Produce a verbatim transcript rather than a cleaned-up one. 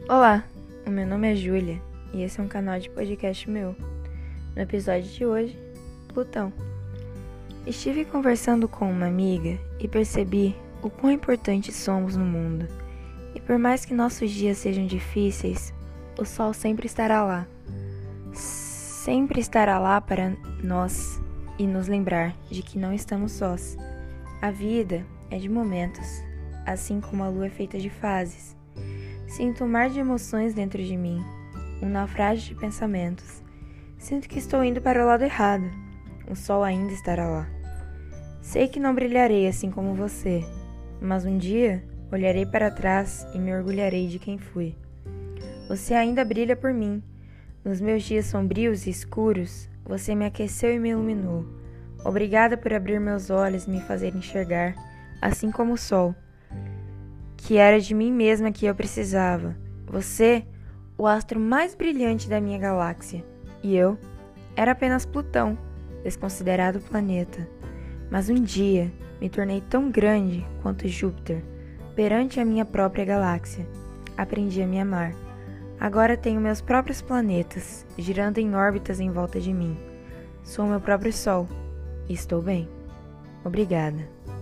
Olá, o meu nome é Júlia e esse é um canal de podcast meu. No episódio de hoje, Plutão. Estive conversando com uma amiga e percebi o quão importantes somos no mundo. E por mais que nossos dias sejam difíceis, o Sol sempre estará lá. Sempre estará lá para nós e nos lembrar de que não estamos sós. A vida é de momentos, assim como a lua é feita de fases. Sinto um mar de emoções dentro de mim, um naufrágio de pensamentos. Sinto que estou indo para o lado errado. O sol ainda estará lá. Sei que não brilharei assim como você, mas um dia olharei para trás e me orgulharei de quem fui. Você ainda brilha por mim. Nos meus dias sombrios e escuros, você me aqueceu e me iluminou. Obrigada por abrir meus olhos e me fazer enxergar, assim como o sol, que era de mim mesma que eu precisava. Você, o astro mais brilhante da minha galáxia. E eu era apenas Plutão, desconsiderado planeta. Mas um dia me tornei tão grande quanto Júpiter, perante a minha própria galáxia. Aprendi a me amar. Agora tenho meus próprios planetas, girando em órbitas em volta de mim. Sou meu próprio Sol e estou bem. Obrigada.